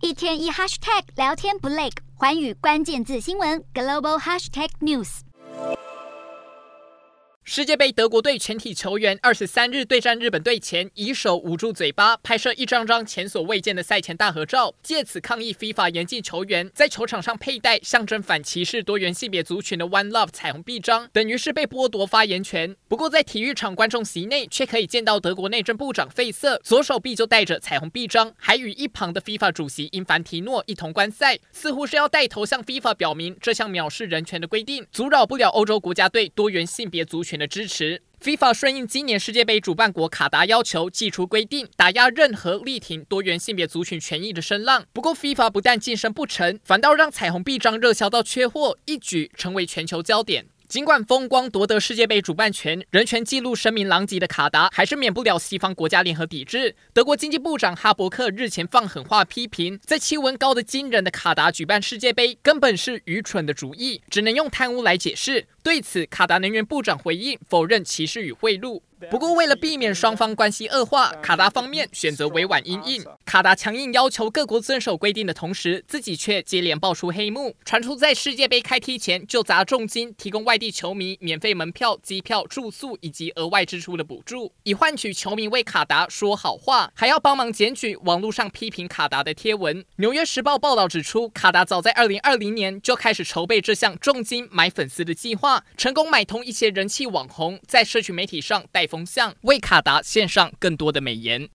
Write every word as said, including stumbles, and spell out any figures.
一天一 hashtag 聊天不累，寰宇关键字新闻 global hashtag news。 世界杯德国队全体球员二十三日对战日本队前，以手捂住嘴巴，拍摄一张张前所未见的赛前大合照，借此抗议 FIFA 严禁球员在球场上佩戴象征反歧视多元性别族群的 One Love 彩虹臂章，等于是被剥夺发言权。不过在体育场观众席内，却可以见到德国内政部长费瑟左手臂就带着彩虹臂章，还与一旁的 FIFA 主席因凡提诺一同观赛，似乎是要带头向 FIFA 表明这项藐视人权的规定阻扰不了欧洲国家队多元性别族群的支持。FIFA 顺应今年世界杯主办国卡达要求，祭出规定，打压任何力挺多元性别族群权益的声浪。不过 FIFA 不但晋升不成，反倒让彩虹臂章热销到缺货，一举成为全球焦点。尽管风光夺得世界杯主办权，人权纪录声名狼藉的卡达，还是免不了西方国家联合抵制。德国经济部长哈伯克日前放狠话批评，在气温高得惊人的卡达举办世界杯，根本是愚蠢的主意，只能用贪污来解释。对此，卡达能源部长回应否认歧视与贿赂。不过，为了避免双方关系恶化，卡达方面选择委婉因应。卡达强硬要求各国遵守规定的同时，自己却接连爆出黑幕，传出在世界杯开踢前就砸重金提供外地球迷免费门票、机票、住宿以及额外支出的补助，以换取球迷为卡达说好话，还要帮忙检举网络上批评卡达的贴文。纽约时报报道指出，卡达早在二零二零年就开始筹备这项重金买粉丝的计划，成功买通一些人气网红，在社群媒体上带风向，为卡达献上更多的美颜。